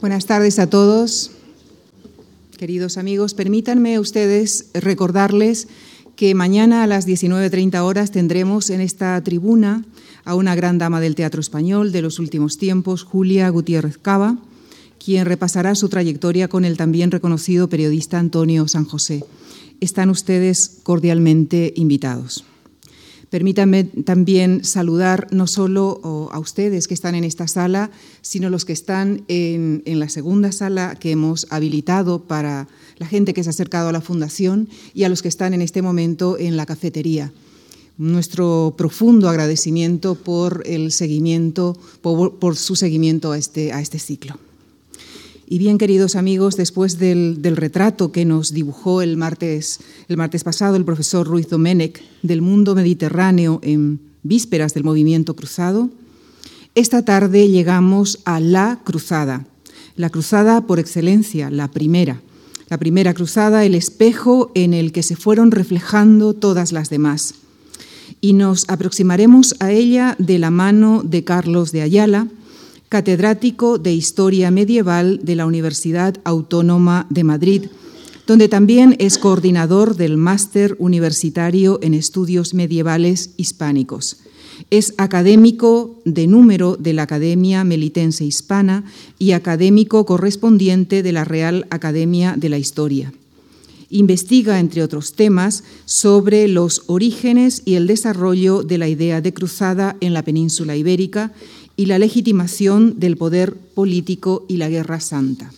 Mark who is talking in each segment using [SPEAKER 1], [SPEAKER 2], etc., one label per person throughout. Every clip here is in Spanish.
[SPEAKER 1] Buenas tardes a todos. Queridos amigos, permítanme ustedes recordarles que mañana a las 19:30 horas tendremos en esta tribuna a una gran dama del teatro español de los últimos tiempos, Julia Gutiérrez Cava, quien repasará su trayectoria con el también reconocido periodista Antonio San José. Están ustedes cordialmente invitados. Permítanme también saludar no solo a ustedes que están en esta sala, sino los que están en la segunda sala que hemos habilitado para la gente que se ha acercado a la Fundación y a los que están en este momento en la cafetería. Nuestro profundo agradecimiento por el seguimiento, por su seguimiento a este ciclo. Y bien, queridos amigos, después del retrato que nos dibujó el martes pasado el profesor Ruiz Domènech del mundo mediterráneo en vísperas del movimiento cruzado, esta tarde llegamos a la cruzada por excelencia, la primera cruzada, el espejo en el que se fueron reflejando todas las demás. Y nos aproximaremos a ella de la mano de Carlos de Ayala, catedrático de Historia Medieval de la Universidad Autónoma de Madrid, donde también es coordinador del Máster Universitario en Estudios Medievales Hispánicos. Es académico de número de la Academia Melitense Hispana y académico correspondiente de la Real Academia de la Historia. Investiga, entre otros temas, sobre los orígenes y el desarrollo de la idea de cruzada en la península ibérica y la legitimación del poder político y la Guerra Santa.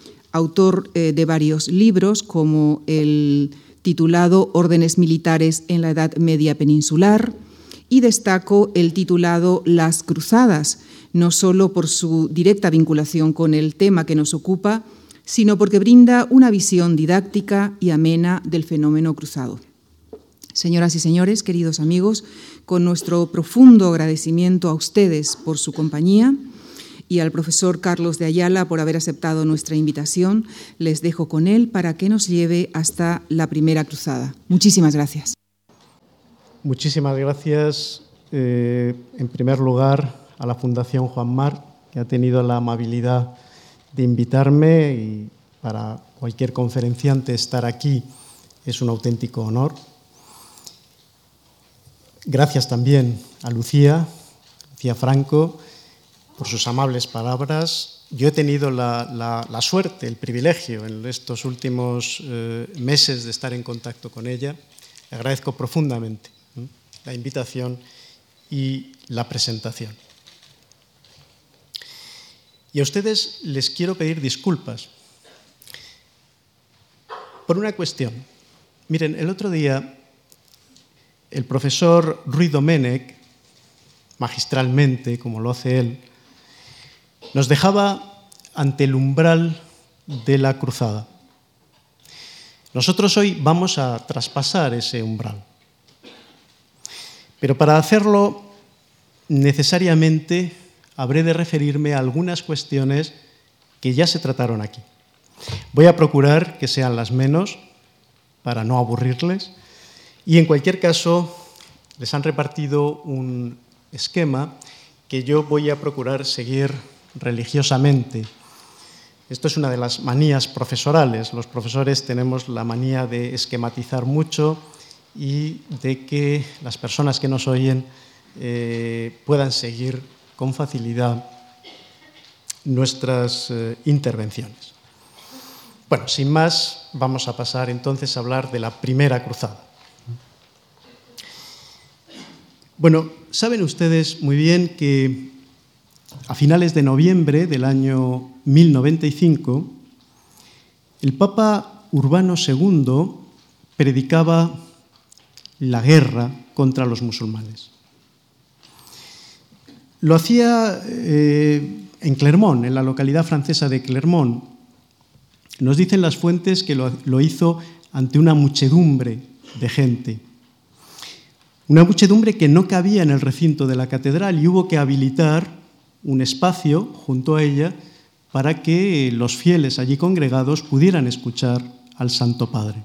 [SPEAKER 1] Autor de varios libros, como el titulado Órdenes militares en la Edad Media peninsular, y destaco el titulado Las Cruzadas, no solo por su directa vinculación con el tema que nos ocupa, sino porque brinda una visión didáctica y amena del fenómeno cruzado. Señoras y señores, queridos amigos, con nuestro profundo agradecimiento a ustedes por su compañía y al profesor Carlos de Ayala por haber aceptado nuestra invitación, les dejo con él para que nos lleve hasta la primera cruzada. Muchísimas gracias.
[SPEAKER 2] Muchísimas gracias, en primer lugar, a la Fundación Juan March, que ha tenido la amabilidad de invitarme, y para cualquier conferenciante estar aquí es un auténtico honor. Gracias también a Lucía Franco, por sus amables palabras. Yo he tenido la suerte, el privilegio en estos últimos meses de estar en contacto con ella. Le agradezco profundamente la invitación y la presentación. Y a ustedes les quiero pedir disculpas por una cuestión. Miren, el otro día el profesor Ruiz Domènech, magistralmente, como lo hace él, nos dejaba ante el umbral de la cruzada. Nosotros hoy vamos a traspasar ese umbral. Pero para hacerlo, necesariamente habré de referirme a algunas cuestiones que ya se trataron aquí. Voy a procurar que sean las menos, para no aburrirles, y en cualquier caso les han repartido un esquema que yo voy a procurar seguir religiosamente. Esto es una de las manías profesorales. Los profesores tenemos la manía de esquematizar mucho y de que las personas que nos oyen puedan seguir con facilidad nuestras intervenciones. Bueno, sin más, vamos a pasar entonces a hablar de la primera cruzada. Bueno, saben ustedes muy bien que a finales de noviembre del año 1095, el Papa Urbano II predicaba la guerra contra los musulmanes. Lo hacía en Clermont, en la localidad francesa de Clermont. Nos dicen las fuentes que lo hizo ante una muchedumbre de gente. Una muchedumbre que no cabía en el recinto de la catedral y hubo que habilitar un espacio junto a ella para que los fieles allí congregados pudieran escuchar al Santo Padre.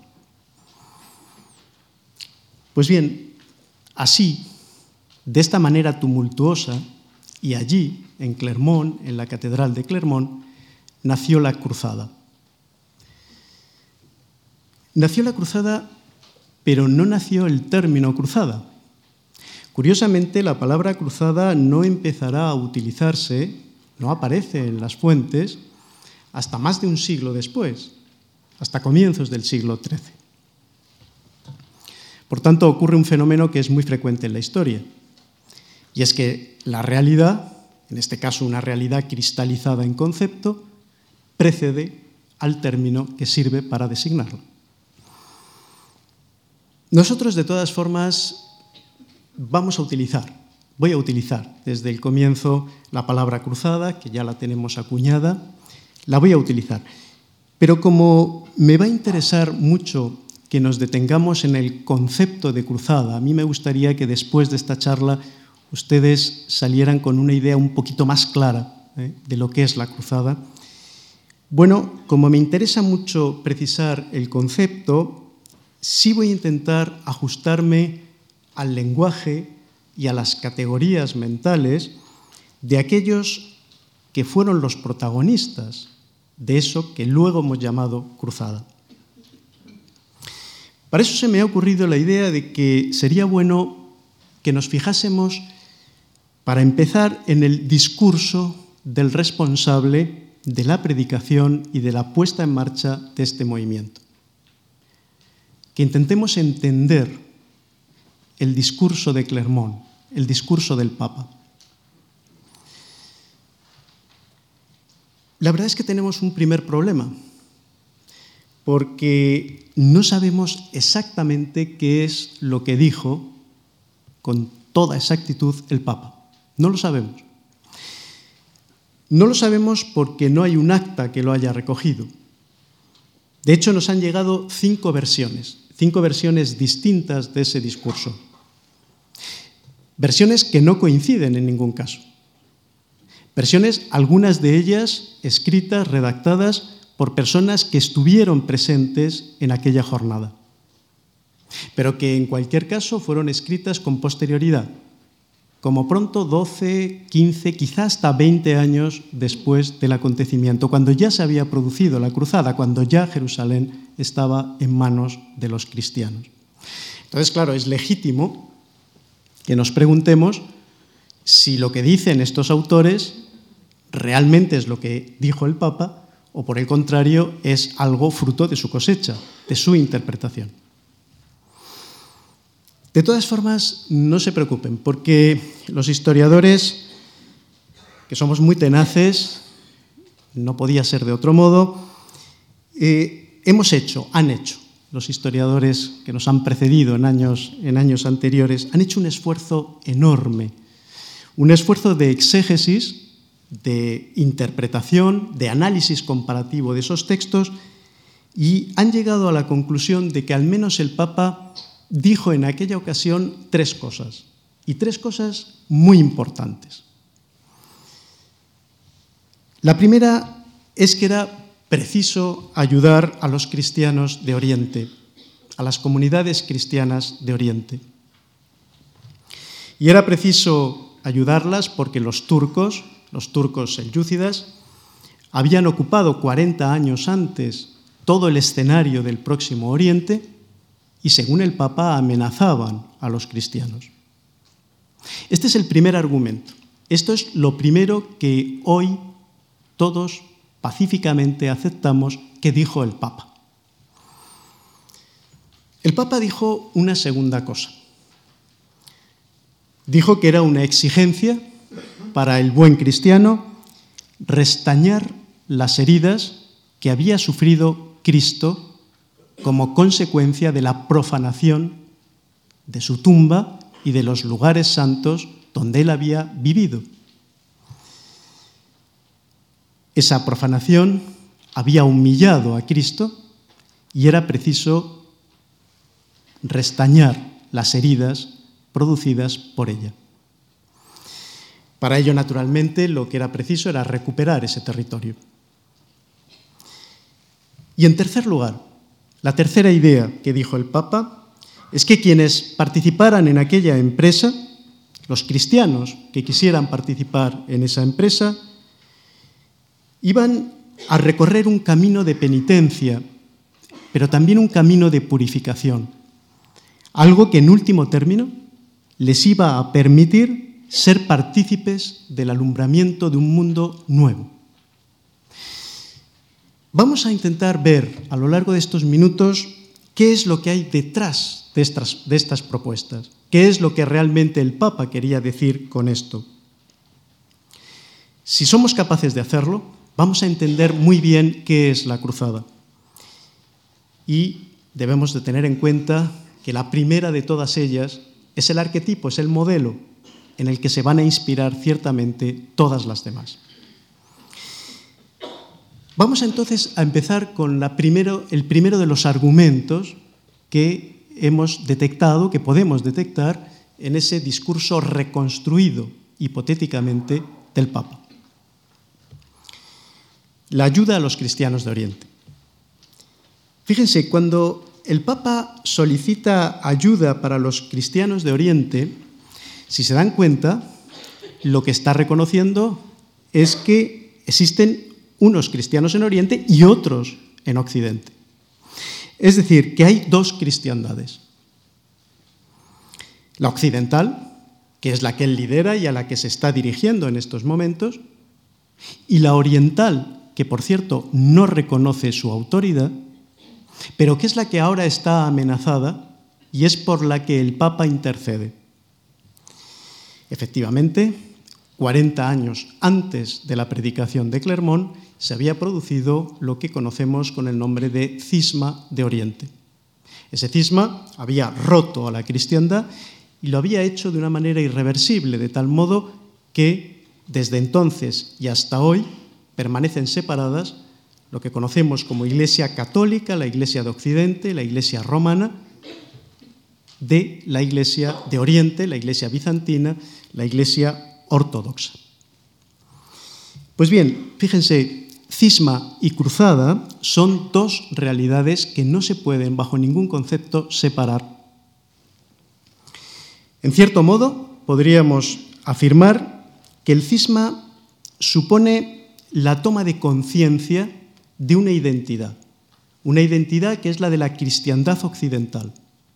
[SPEAKER 2] Pues bien, así, de esta manera tumultuosa, y allí, en Clermont, en la catedral de Clermont, nació la cruzada. Nació la cruzada, pero no nació el término cruzada. Curiosamente, la palabra cruzada no empezará a utilizarse, no aparece en las fuentes, hasta más de un siglo después, hasta comienzos del siglo XIII. Por tanto, ocurre un fenómeno que es muy frecuente en la historia, y es que la realidad, en este caso una realidad cristalizada en concepto, precede al término que sirve para designarlo. Nosotros, de todas formas, voy a utilizar desde el comienzo la palabra cruzada, que ya la tenemos acuñada, la voy a utilizar. Pero como me va a interesar mucho que nos detengamos en el concepto de cruzada, a mí me gustaría que después de esta charla ustedes salieran con una idea un poquito más clara de lo que es la cruzada. Bueno, como me interesa mucho precisar el concepto, sí voy a intentar ajustarme al lenguaje y a las categorías mentales de aquellos que fueron los protagonistas de eso que luego hemos llamado cruzada. Para eso se me ha ocurrido la idea de que sería bueno que nos fijásemos, para empezar, en el discurso del responsable de la predicación y de la puesta en marcha de este movimiento. Que intentemos entender el discurso de Clermont, el discurso del Papa. La verdad es que tenemos un primer problema, porque no sabemos exactamente qué es lo que dijo con toda exactitud el Papa. No lo sabemos. No lo sabemos porque no hay un acta que lo haya recogido. De hecho, nos han llegado 5 versiones distintas de ese discurso. Versiones que no coinciden en ningún caso. Versiones, algunas de ellas escritas, redactadas por personas que estuvieron presentes en aquella jornada, pero que en cualquier caso fueron escritas con posterioridad, como pronto 12, 15, quizá hasta 20 años después del acontecimiento, cuando ya se había producido la cruzada, cuando ya Jerusalén estaba en manos de los cristianos. Entonces, claro, es legítimo que nos preguntemos si lo que dicen estos autores realmente es lo que dijo el Papa o, por el contrario, es algo fruto de su cosecha, de su interpretación. De todas formas, no se preocupen, porque los historiadores, que somos muy tenaces, no podía ser de otro modo, han hecho, los historiadores que nos han precedido en años anteriores, han hecho un esfuerzo enorme, un esfuerzo de exégesis, de interpretación, de análisis comparativo de esos textos, y han llegado a la conclusión de que al menos el Papa dijo en aquella ocasión 3 cosas, y 3 cosas muy importantes. La primera es que era preciso ayudar a los cristianos de Oriente, a las comunidades cristianas de Oriente. Y era preciso ayudarlas porque los turcos selyúcidas, habían ocupado 40 años antes todo el escenario del Próximo Oriente y, según el Papa, amenazaban a los cristianos. Este es el primer argumento. Esto es lo primero que hoy todos pacíficamente aceptamos que dijo el Papa. El Papa dijo una segunda cosa. Dijo que era una exigencia para el buen cristiano restañar las heridas que había sufrido Cristo como consecuencia de la profanación de su tumba y de los lugares santos donde él había vivido. Esa profanación había humillado a Cristo y era preciso restañar las heridas producidas por ella. Para ello, naturalmente, lo que era preciso era recuperar ese territorio. Y en tercer lugar, la tercera idea que dijo el Papa es que quienes participaran en aquella empresa, los cristianos que quisieran participar en esa empresa, iban a recorrer un camino de penitencia, pero también un camino de purificación, algo que en último término les iba a permitir ser partícipes del alumbramiento de un mundo nuevo. Vamos a intentar ver a lo largo de estos minutos qué es lo que hay detrás de estas propuestas, qué es lo que realmente el Papa quería decir con esto. Si somos capaces de hacerlo, vamos a entender muy bien qué es la cruzada. Y debemos de tener en cuenta que la primera de todas ellas es el arquetipo, es el modelo en el que se van a inspirar ciertamente todas las demás. Vamos entonces a empezar con el primero de los argumentos que hemos detectado, que podemos detectar en ese discurso reconstruido hipotéticamente del Papa. La ayuda a los cristianos de Oriente. Fíjense, cuando el Papa solicita ayuda para los cristianos de Oriente, si se dan cuenta, lo que está reconociendo es que existen unos cristianos en Oriente y otros en Occidente. Es decir, que hay dos cristiandades. La occidental, que es la que él lidera y a la que se está dirigiendo en estos momentos, y la oriental, que por cierto no reconoce su autoridad, pero que es la que ahora está amenazada y es por la que el Papa intercede. Efectivamente, 40 años antes de la predicación de Clermont, se había producido lo que conocemos con el nombre de Cisma de Oriente. Ese cisma había roto a la cristiandad y lo había hecho de una manera irreversible, de tal modo que desde entonces y hasta hoy permanecen separadas lo que conocemos como Iglesia Católica, la Iglesia de Occidente, la Iglesia Romana, de la Iglesia de Oriente, la Iglesia Bizantina, la Iglesia Ortodoxa. Pues bien, fíjense, cisma y cruzada son dos realidades que no se pueden bajo ningún concepto separar. En cierto modo, podríamos afirmar que el cisma supone la toma de conciencia de una identidad que es la de la cristiandad occidental.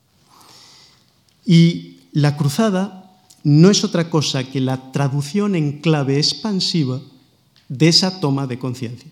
[SPEAKER 2] Y la cruzada no es otra cosa que la traducción en clave expansiva de esa toma de conciencia.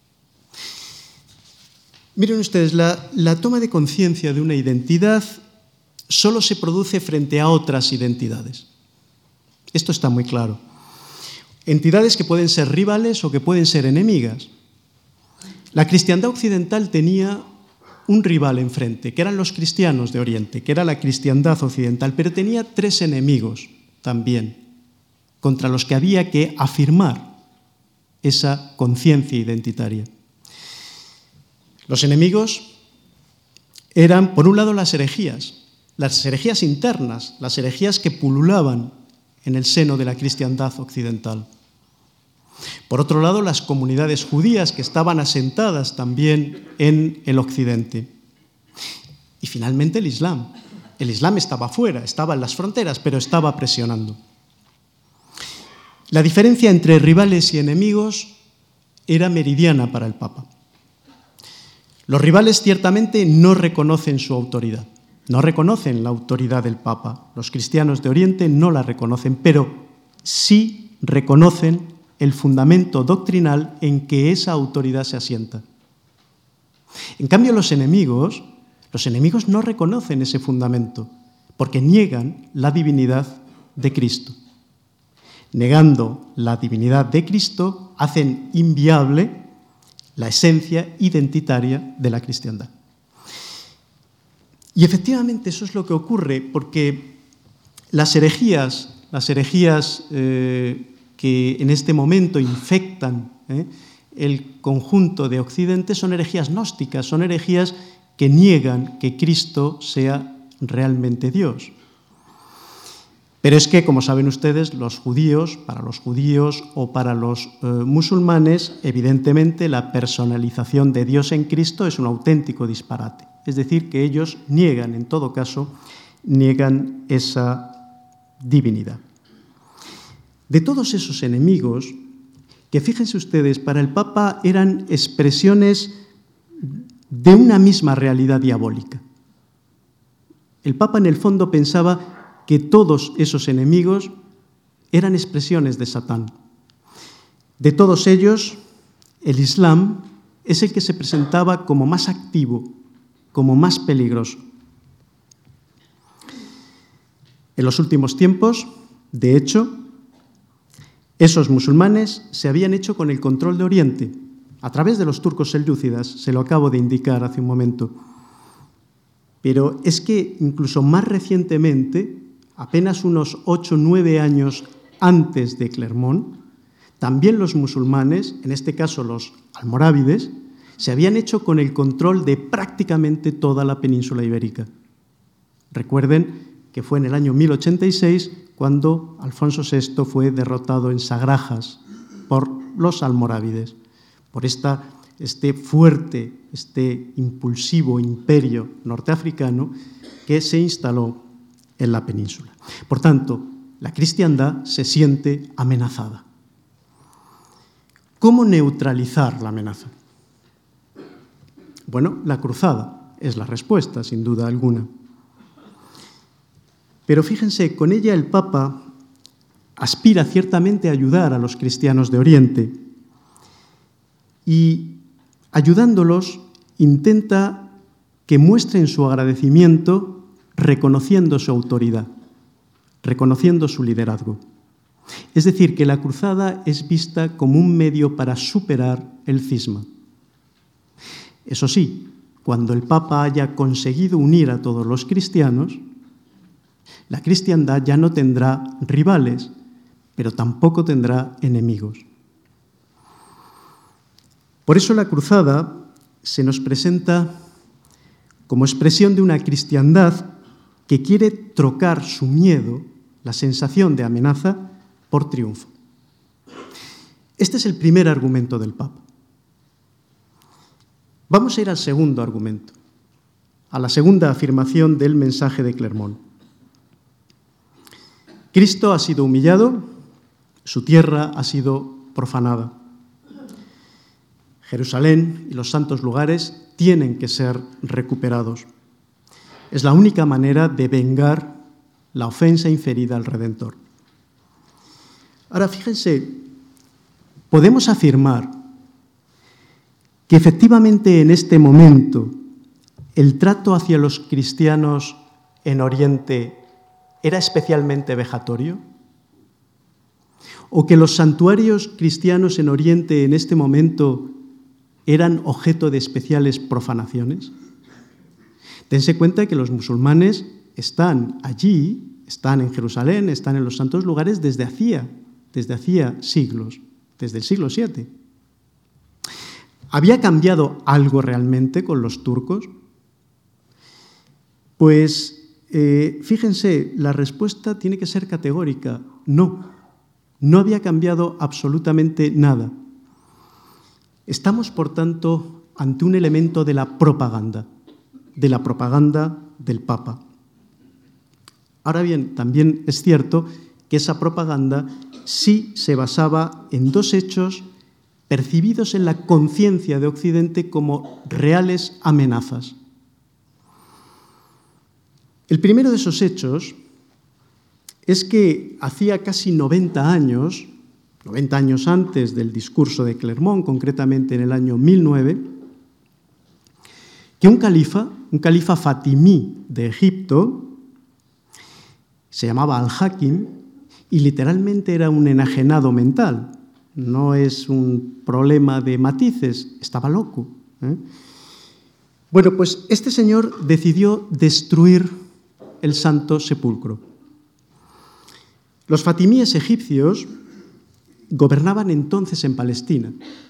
[SPEAKER 2] Miren ustedes, la toma de conciencia de una identidad solo se produce frente a otras identidades. Esto está muy claro. Entidades que pueden ser rivales o que pueden ser enemigas. La cristiandad occidental tenía un rival enfrente, que eran los cristianos de Oriente, que era la cristiandad occidental, pero tenía tres enemigos también, contra los que había que afirmar esa conciencia identitaria. Los enemigos eran, por un lado, las herejías internas, las herejías que pululaban en el seno de la cristiandad occidental. Por otro lado, las comunidades judías que estaban asentadas también en el Occidente. Y finalmente el Islam. El Islam estaba fuera, estaba en las fronteras, pero estaba presionando. La diferencia entre rivales y enemigos era meridiana para el Papa. Los rivales ciertamente no reconocen su autoridad, no reconocen la autoridad del Papa. Los cristianos de Oriente no la reconocen, pero sí reconocen el fundamento doctrinal en que esa autoridad se asienta. En cambio, los enemigos no reconocen ese fundamento, porque niegan la divinidad de Cristo. Negando la divinidad de Cristo, hacen inviable la esencia identitaria de la cristiandad. Y efectivamente eso es lo que ocurre, porque las herejías que en este momento infectan el conjunto de Occidente son herejías gnósticas, son herejías que niegan que Cristo sea realmente Dios. Pero es que, como saben ustedes, para los judíos o para los musulmanes, evidentemente la personalización de Dios en Cristo es un auténtico disparate. Es decir, que ellos niegan, en todo caso, niegan esa divinidad. De todos esos enemigos, que fíjense ustedes, para el Papa eran expresiones de una misma realidad diabólica. El Papa en el fondo pensaba que todos esos enemigos eran expresiones de Satán. De todos ellos, el Islam es el que se presentaba como más activo, como más peligroso. En los últimos tiempos, de hecho, esos musulmanes se habían hecho con el control de Oriente, a través de los turcos selyúcidas, se lo acabo de indicar hace un momento. Pero es que incluso más recientemente, apenas unos 8 o 9 años antes de Clermont, también los musulmanes, en este caso los almorávides, se habían hecho con el control de prácticamente toda la península ibérica. Recuerden que fue en el año 1086 cuando Alfonso VI fue derrotado en Sagrajas por los almorávides, por este fuerte, este impulsivo imperio norteafricano que se instaló en la península. Por tanto, la cristiandad se siente amenazada. ¿Cómo neutralizar la amenaza? Bueno, la cruzada es la respuesta, sin duda alguna. Pero fíjense, con ella el Papa aspira ciertamente a ayudar a los cristianos de Oriente y, ayudándolos, intenta que muestren su agradecimiento reconociendo su autoridad, reconociendo su liderazgo. Es decir, que la cruzada es vista como un medio para superar el cisma. Eso sí, cuando el Papa haya conseguido unir a todos los cristianos, la cristiandad ya no tendrá rivales, pero tampoco tendrá enemigos. Por eso la cruzada se nos presenta como expresión de una cristiandad que quiere trocar su miedo, la sensación de amenaza, por triunfo. Este es el primer argumento del Papa. Vamos a ir al segundo argumento, a la segunda afirmación del mensaje de Clermont. Cristo ha sido humillado, su tierra ha sido profanada. Jerusalén y los santos lugares tienen que ser recuperados. Es la única manera de vengar la ofensa inferida al Redentor. Ahora, fíjense, podemos afirmar que efectivamente en este momento el trato hacia los cristianos en Oriente era especialmente vejatorio, o que los santuarios cristianos en Oriente en este momento eran objeto de especiales profanaciones. Dense cuenta que los musulmanes están allí, están en Jerusalén, están en los santos lugares desde hacía siglos, desde el siglo VII. ¿Había cambiado algo realmente con los turcos? Pues fíjense, la respuesta tiene que ser categórica. No había cambiado absolutamente nada. Estamos, por tanto, ante un elemento de la propaganda del Papa. Ahora bien, también es cierto que esa propaganda sí se basaba en dos hechos percibidos en la conciencia de Occidente como reales amenazas. El primero de esos hechos es que hacía casi 90 años antes del discurso de Clermont, concretamente en el año 1009, que un califa fatimí de Egipto, se llamaba Al-Hakim, y literalmente era un enajenado mental. No es un problema de matices, estaba loco. Bueno, pues este señor decidió destruir el Santo Sepulcro. Los fatimíes egipcios gobernaban entonces en Palestina.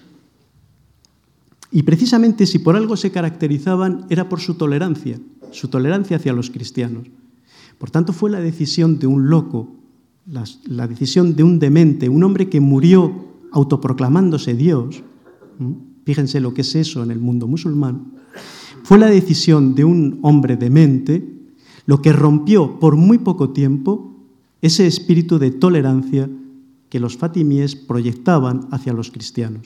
[SPEAKER 2] Y precisamente si por algo se caracterizaban era por su tolerancia hacia los cristianos. Por tanto, fue la decisión de un loco, la decisión de un demente, un hombre que murió autoproclamándose Dios. Fíjense lo que es eso en el mundo musulmán. Fue la decisión de un hombre demente lo que rompió por muy poco tiempo ese espíritu de tolerancia que los fatimíes proyectaban hacia los cristianos.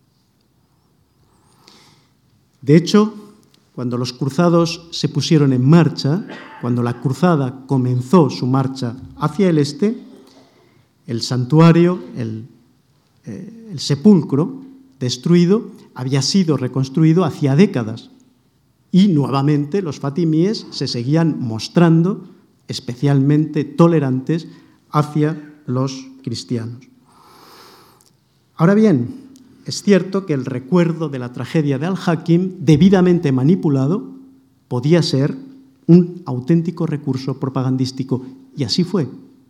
[SPEAKER 2] De hecho, cuando los cruzados se pusieron en marcha, cuando la cruzada comenzó su marcha hacia el este, el santuario, el sepulcro destruido, había sido reconstruido hacía décadas. Y nuevamente los fatimíes se seguían mostrando especialmente tolerantes hacia los cristianos. Ahora bien, es cierto que el recuerdo de la tragedia de Al-Hakim, debidamente manipulado, podía ser un auténtico recurso propagandístico, y así fue.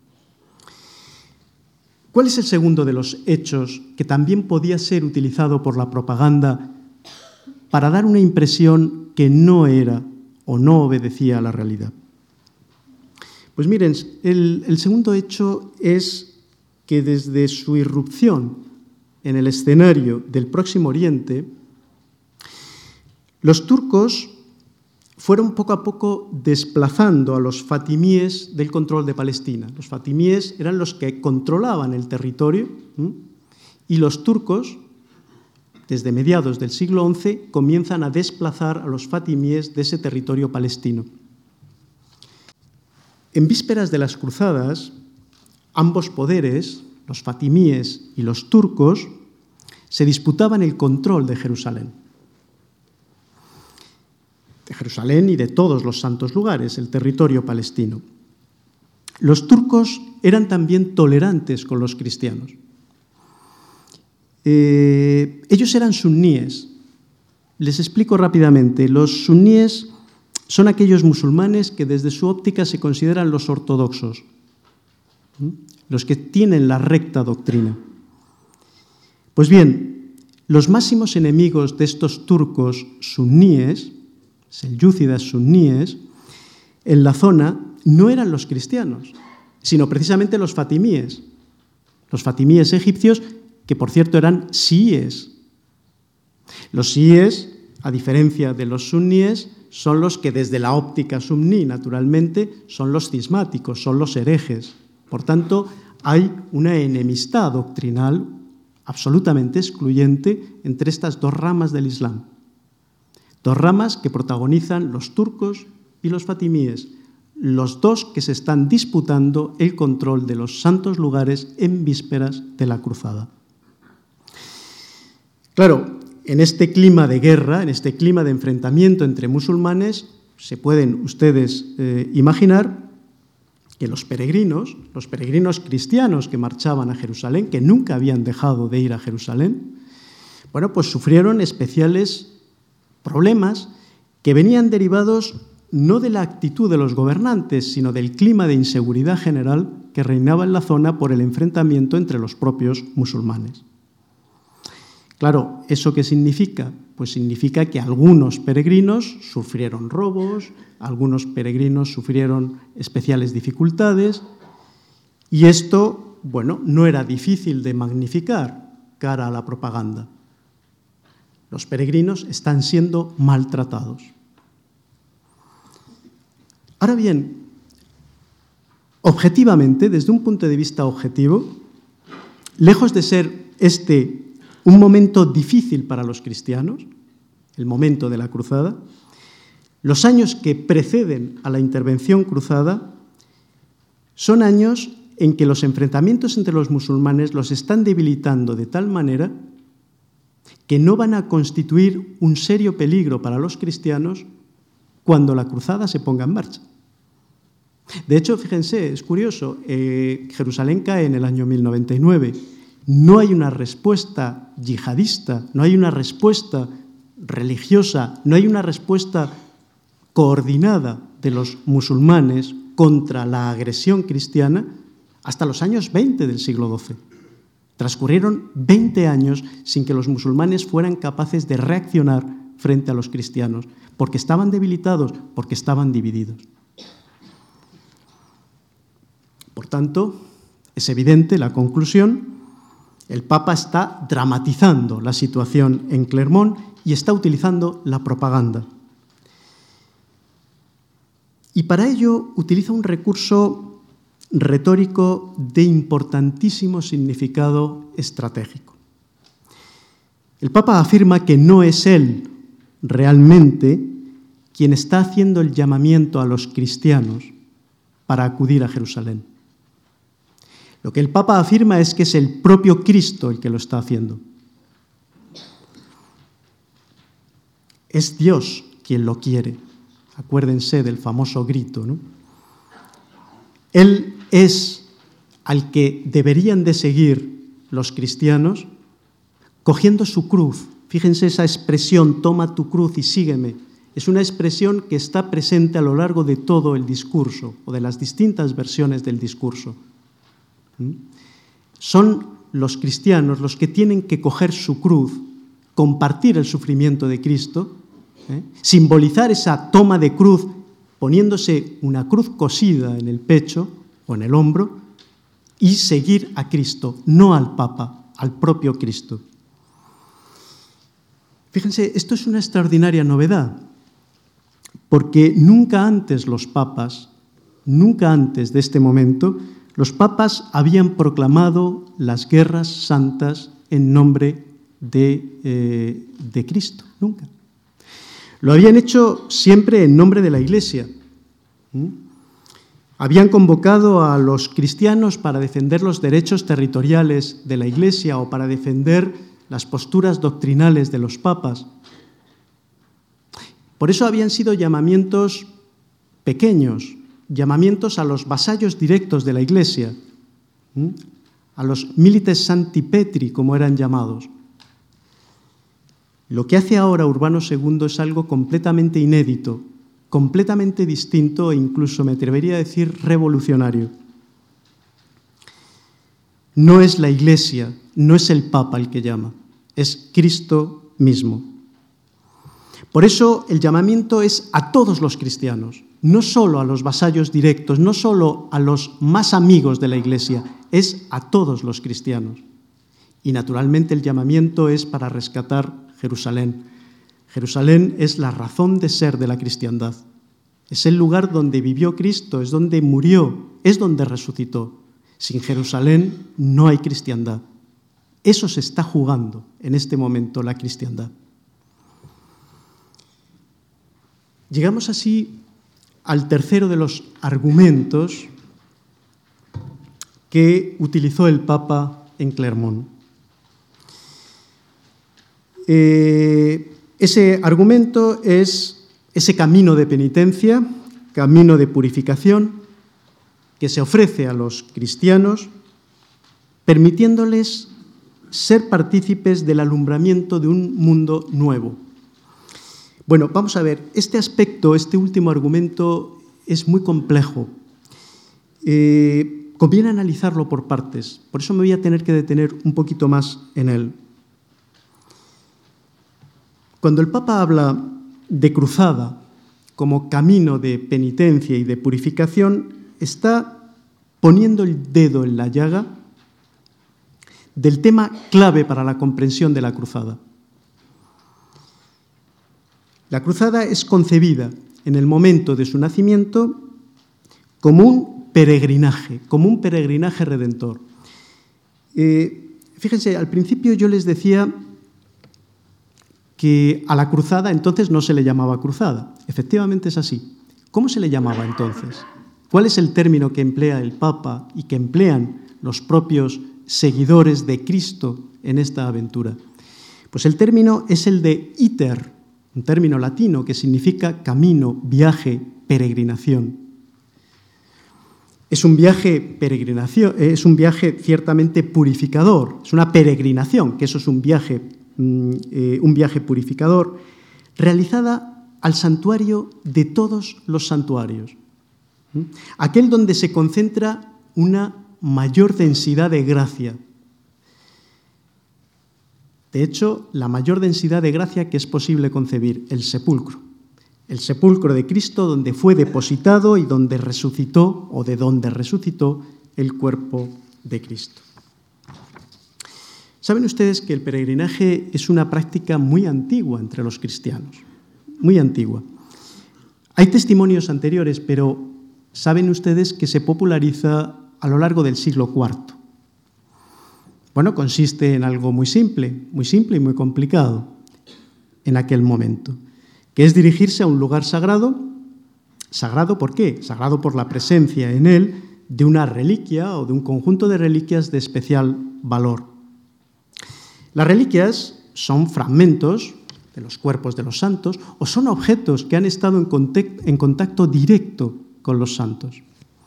[SPEAKER 2] ¿Cuál es el segundo de los hechos que también podía ser utilizado por la propaganda para dar una impresión que no era o no obedecía a la realidad? Pues miren, el segundo hecho es que desde su irrupción en el escenario del Próximo Oriente, los turcos fueron poco a poco desplazando a los fatimíes del control de Palestina. Los fatimíes eran los que controlaban el territorio y los turcos, desde mediados del siglo XI, comienzan a desplazar a los fatimíes de ese territorio palestino. En vísperas de las cruzadas, ambos poderes, los fatimíes y los turcos, se disputaban el control de Jerusalén y de todos los santos lugares, el territorio palestino. Los turcos eran también tolerantes con los cristianos. Ellos eran suníes. Les explico rápidamente. Los suníes son aquellos musulmanes que desde su óptica se consideran los ortodoxos, los que tienen la recta doctrina. Pues bien, los máximos enemigos de estos turcos suníes, selyúcidas suníes, en la zona no eran los cristianos, sino precisamente los fatimíes egipcios, que por cierto eran chiíes. Los chiíes, a diferencia de los suníes, son los que desde la óptica suní, naturalmente, son los cismáticos, son los herejes. Por tanto, hay una enemistad doctrinal absolutamente excluyente entre estas dos ramas del Islam. Dos ramas que protagonizan los turcos y los fatimíes, los dos que se están disputando el control de los santos lugares en vísperas de la cruzada. Claro, en este clima de guerra, en este clima de enfrentamiento entre musulmanes, se pueden ustedes imaginar que los peregrinos cristianos que marchaban a Jerusalén, que nunca habían dejado de ir a Jerusalén, bueno, pues sufrieron especiales problemas que venían derivados no de la actitud de los gobernantes, sino del clima de inseguridad general que reinaba en la zona por el enfrentamiento entre los propios musulmanes. Claro, ¿eso qué significa? Pues significa que algunos peregrinos sufrieron robos, algunos peregrinos sufrieron especiales dificultades, y esto, bueno, no era difícil de magnificar cara a la propaganda. Los peregrinos están siendo maltratados. Ahora bien, objetivamente, desde un punto de vista objetivo, lejos de ser este un momento difícil para los cristianos, el momento de la cruzada, los años que preceden a la intervención cruzada son años en que los enfrentamientos entre los musulmanes los están debilitando de tal manera que no van a constituir un serio peligro para los cristianos cuando la cruzada se ponga en marcha. De hecho, fíjense, es curioso, Jerusalén cae en el año 1099. No hay una respuesta yihadista, no hay una respuesta religiosa, no hay una respuesta coordinada de los musulmanes contra la agresión cristiana hasta los años 20 del siglo XII. Transcurrieron 20 años sin que los musulmanes fueran capaces de reaccionar frente a los cristianos, porque estaban debilitados, porque estaban divididos. Por tanto, es evidente la conclusión: el Papa está dramatizando la situación en Clermont y está utilizando la propaganda. Y para ello utiliza un recurso retórico de importantísimo significado estratégico. El Papa afirma que no es él realmente quien está haciendo el llamamiento a los cristianos para acudir a Jerusalén. Lo que el Papa afirma es que es el propio Cristo el que lo está haciendo. Es Dios quien lo quiere. Acuérdense del famoso grito, ¿no? Él es al que deberían de seguir los cristianos cogiendo su cruz. Fíjense esa expresión, toma tu cruz y sígueme. Es una expresión que está presente a lo largo de todo el discurso o de las distintas versiones del discurso. Son los cristianos los que tienen que coger su cruz, compartir el sufrimiento de Cristo, simbolizar esa toma de cruz poniéndose una cruz cosida en el pecho o en el hombro y seguir a Cristo, no al Papa, al propio Cristo. Fíjense, esto es una extraordinaria novedad, porque nunca antes los papas, nunca antes de este momento, los papas habían proclamado las guerras santas en nombre de Cristo, nunca. Lo habían hecho siempre en nombre de la Iglesia. Habían convocado a los cristianos para defender los derechos territoriales de la Iglesia o para defender las posturas doctrinales de los papas. Por eso habían sido llamamientos pequeños, llamamientos a los vasallos directos de la Iglesia, a los milites sancti petri, como eran llamados. Lo que hace ahora Urbano II es algo completamente inédito, completamente distinto e incluso, me atrevería a decir, revolucionario. No es la Iglesia, no es el Papa el que llama, es Cristo mismo. Por eso el llamamiento es a todos los cristianos, no solo a los vasallos directos, no solo a los más amigos de la Iglesia, es a todos los cristianos. Y naturalmente el llamamiento es para rescatar Jerusalén. Jerusalén es la razón de ser de la cristiandad. Es el lugar donde vivió Cristo, es donde murió, es donde resucitó. Sin Jerusalén no hay cristiandad. Eso se está jugando en este momento la cristiandad. Llegamos así al tercero de los argumentos que utilizó el Papa en Clermont. Ese argumento es ese camino de penitencia, camino de purificación que se ofrece a los cristianos, permitiéndoles ser partícipes del alumbramiento de un mundo nuevo. Bueno, vamos a ver, este aspecto, este último argumento es muy complejo. Conviene analizarlo por partes, por eso me voy a tener que detener un poquito más en él. Cuando el Papa habla de cruzada como camino de penitencia y de purificación, está poniendo el dedo en la llaga del tema clave para la comprensión de la cruzada. La cruzada es concebida en el momento de su nacimiento como un peregrinaje redentor. Fíjense, al principio yo les decía que a la cruzada entonces no se le llamaba cruzada. Efectivamente es así. ¿Cómo se le llamaba entonces? ¿Cuál es el término que emplea el Papa y que emplean los propios seguidores de Cristo en esta aventura? Pues el término es el de iter, un término latino que significa camino, viaje, peregrinación. Es un viaje ciertamente purificador, es una peregrinación, que eso es un viaje purificador, realizada al santuario de todos los santuarios, aquel donde se concentra una mayor densidad de gracia. De hecho, la mayor densidad de gracia que es posible concebir, el sepulcro de Cristo, donde fue depositado y donde resucitó, o de donde resucitó el cuerpo de Cristo. Saben ustedes que el peregrinaje es una práctica muy antigua entre los cristianos, muy antigua. Hay testimonios anteriores, pero saben ustedes que se populariza a lo largo del siglo IV. Bueno, consiste en algo muy simple y muy complicado en aquel momento, que es dirigirse a un lugar sagrado. ¿Sagrado por qué? Sagrado por la presencia en él de una reliquia o de un conjunto de reliquias de especial valor. Las reliquias son fragmentos de los cuerpos de los santos o son objetos que han estado en contacto directo con los santos.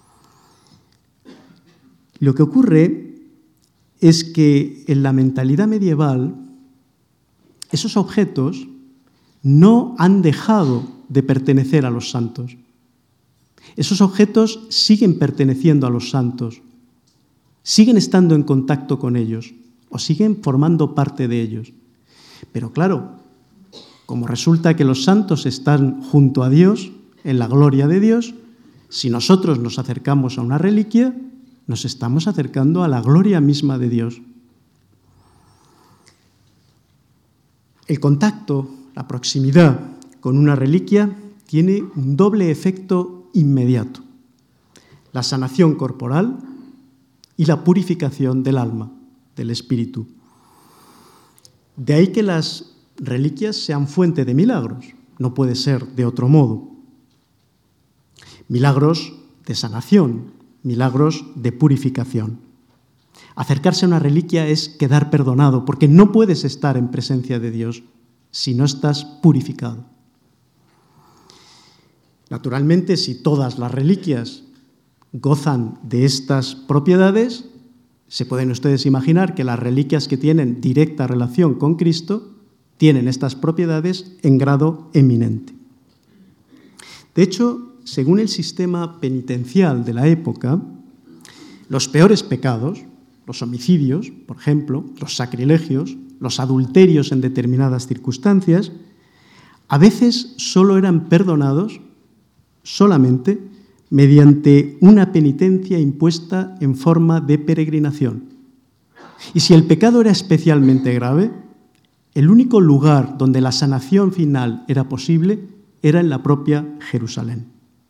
[SPEAKER 2] Lo que ocurre es que en la mentalidad medieval esos objetos no han dejado de pertenecer a los santos. Esos objetos siguen perteneciendo a los santos, siguen estando en contacto con ellos o siguen formando parte de ellos. Pero claro, como resulta que los santos están junto a Dios, en la gloria de Dios, si nosotros nos acercamos a una reliquia, nos estamos acercando a la gloria misma de Dios. El contacto, la proximidad con una reliquia tiene un doble efecto inmediato: la sanación corporal y la purificación del alma, del espíritu. De ahí que las reliquias sean fuente de milagros, no puede ser de otro modo. Milagros de sanación, milagros de purificación. Acercarse a una reliquia es quedar perdonado, porque no puedes estar en presencia de Dios si no estás purificado. Naturalmente, si todas las reliquias gozan de estas propiedades, se pueden ustedes imaginar que las reliquias que tienen directa relación con Cristo tienen estas propiedades en grado eminente. De hecho, según el sistema penitencial de la época, los peores pecados, los homicidios, por ejemplo, los sacrilegios, los adulterios en determinadas circunstancias, a veces solo eran perdonados solamente mediante una penitencia impuesta en forma de peregrinación. Y si el pecado era especialmente grave, el único lugar donde la sanación final era posible era en la propia Jerusalén.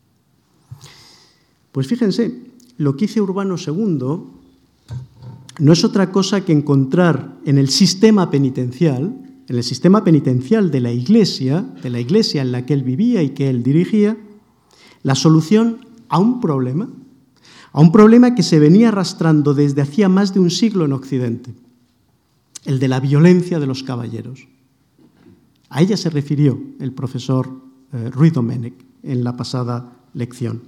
[SPEAKER 2] Pues fíjense, lo que hizo Urbano II no es otra cosa que encontrar en el sistema penitencial de la Iglesia en la que él vivía y que él dirigía, la solución a un problema que se venía arrastrando desde hacía más de un siglo en Occidente, el de la violencia de los caballeros. A ella se refirió el profesor Ruiz Domènech en la pasada lección.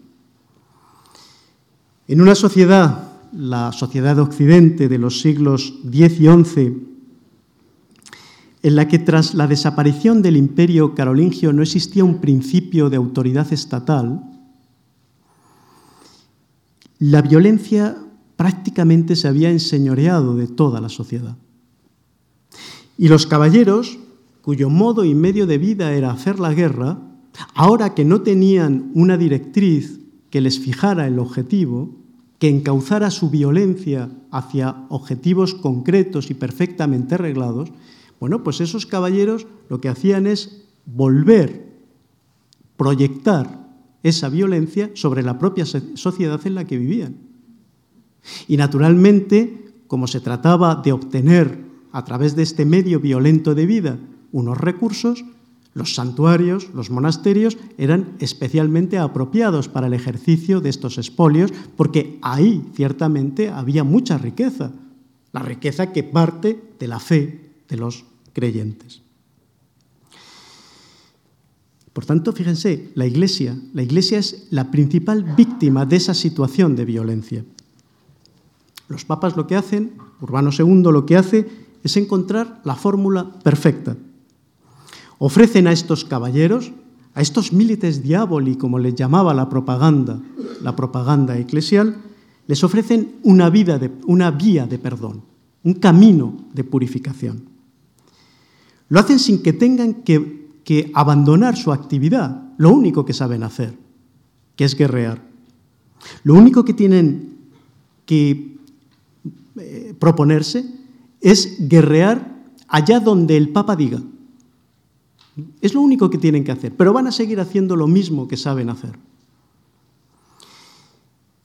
[SPEAKER 2] En una sociedad, la sociedad de Occidente de los siglos X y XI, en la que tras la desaparición del imperio carolingio no existía un principio de autoridad estatal, la violencia prácticamente se había enseñoreado de toda la sociedad. Y los caballeros, cuyo modo y medio de vida era hacer la guerra, ahora que no tenían una directriz que les fijara el objetivo, que encauzara su violencia hacia objetivos concretos y perfectamente arreglados, bueno, pues esos caballeros lo que hacían es proyectar esa violencia sobre la propia sociedad en la que vivían. Y naturalmente, como se trataba de obtener a través de este medio violento de vida unos recursos, los santuarios, los monasterios, eran especialmente apropiados para el ejercicio de estos expolios, porque ahí ciertamente había mucha riqueza, la riqueza que parte de la fe de los creyentes. Por tanto, fíjense, la Iglesia es la principal víctima de esa situación de violencia. Los papas lo que hacen, Urbano II lo que hace, es encontrar la fórmula perfecta. Ofrecen a estos caballeros, a estos milites diaboli, como les llamaba la propaganda eclesial, les ofrecen una vía de perdón, un camino de purificación. Lo hacen sin que tengan que abandonar su actividad, lo único que saben hacer, que es guerrear. Lo único que tienen que proponerse es guerrear allá donde el Papa diga. Es lo único que tienen que hacer, pero van a seguir haciendo lo mismo que saben hacer.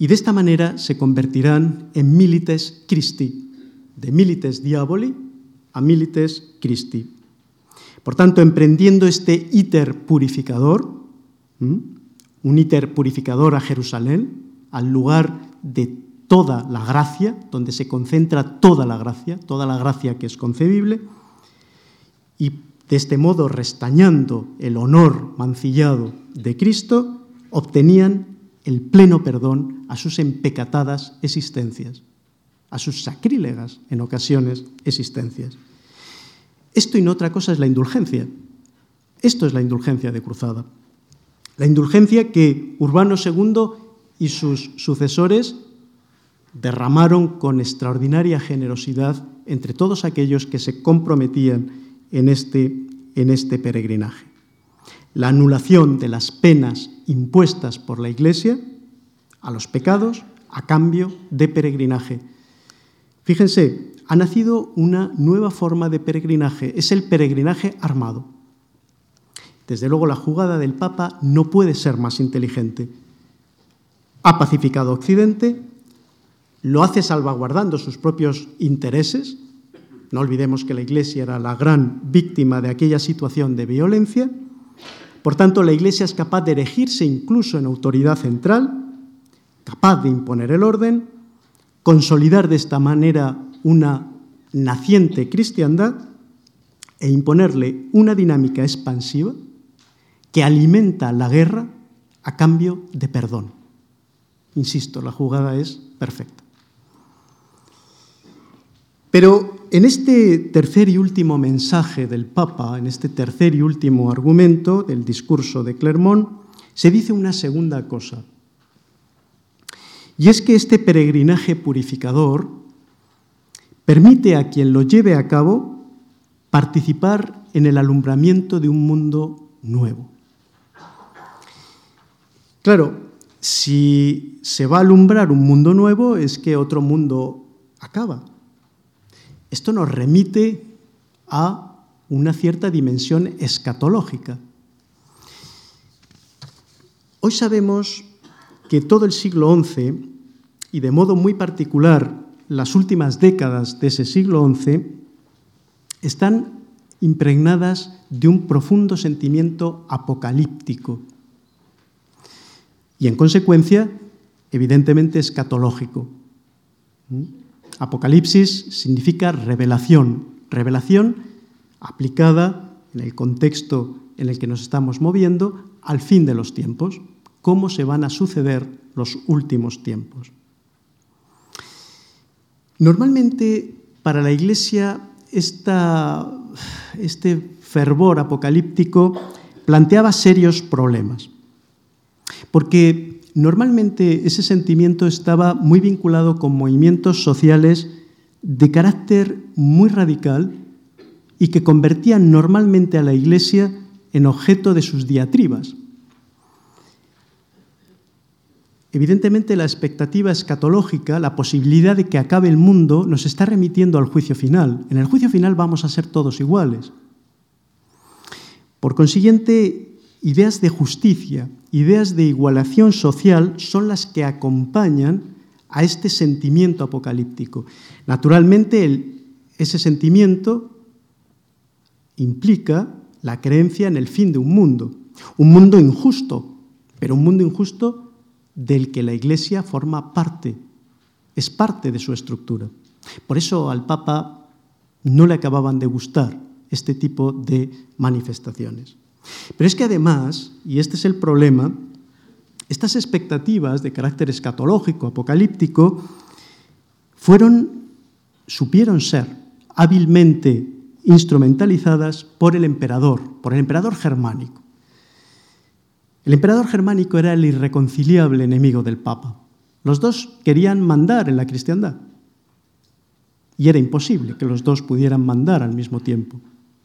[SPEAKER 2] y de esta manera se convertirán en milites Christi, de milites diaboli a milites Christi. Por tanto, emprendiendo este iter purificador, un iter purificador a Jerusalén, al lugar de toda la gracia, donde se concentra toda la gracia que es concebible, y de este modo, restañando el honor mancillado de Cristo, obtenían el pleno perdón a sus empecatadas existencias, a sus sacrílegas, en ocasiones, existencias. Esto y no otra cosa es la indulgencia. Esto es la indulgencia de Cruzada. La indulgencia que Urbano II y sus sucesores derramaron con extraordinaria generosidad entre todos aquellos que se comprometían en este peregrinaje. La anulación de las penas impuestas por la Iglesia a los pecados a cambio de peregrinaje. Fíjense, ha nacido una nueva forma de peregrinaje, es el peregrinaje armado. Desde luego, la jugada del Papa no puede ser más inteligente. Ha pacificado a Occidente, lo hace salvaguardando sus propios intereses. No olvidemos que la Iglesia era la gran víctima de aquella situación de violencia. Por tanto, la Iglesia es capaz de erigirse incluso en autoridad central, capaz de imponer el orden, consolidar de esta manera una naciente cristiandad e imponerle una dinámica expansiva que alimenta la guerra a cambio de perdón. Insisto, la jugada es perfecta. Pero en este tercer y último mensaje del Papa, en este tercer y último argumento del discurso de Clermont, se dice una segunda cosa. Y es que este peregrinaje purificador permite a quien lo lleve a cabo participar en el alumbramiento de un mundo nuevo. Claro, si se va a alumbrar un mundo nuevo, es que otro mundo acaba. Esto nos remite a una cierta dimensión escatológica. Hoy sabemos que todo el siglo XI, y de modo muy particular las últimas décadas de ese siglo XI, están impregnadas de un profundo sentimiento apocalíptico y, en consecuencia, evidentemente escatológico. Apocalipsis significa revelación, revelación aplicada en el contexto en el que nos estamos moviendo al fin de los tiempos, cómo se van a suceder los últimos tiempos. Normalmente, para la Iglesia, este fervor apocalíptico planteaba serios problemas, porque normalmente ese sentimiento estaba muy vinculado con movimientos sociales de carácter muy radical y que convertían normalmente a la Iglesia en objeto de sus diatribas. Evidentemente, la expectativa escatológica, la posibilidad de que acabe el mundo, nos está remitiendo al juicio final. En el juicio final vamos a ser todos iguales. Por consiguiente, ideas de justicia, ideas de igualación social son las que acompañan a este sentimiento apocalíptico. Naturalmente, ese sentimiento implica la creencia en el fin de un mundo injusto, pero un mundo injusto del que la Iglesia forma parte, es parte de su estructura. Por eso al Papa no le acababan de gustar este tipo de manifestaciones. Pero es que además, y este es el problema, estas expectativas de carácter escatológico, apocalíptico, supieron ser hábilmente instrumentalizadas por el emperador germánico. El emperador germánico era el irreconciliable enemigo del Papa. Los dos querían mandar en la cristiandad y era imposible que los dos pudieran mandar al mismo tiempo.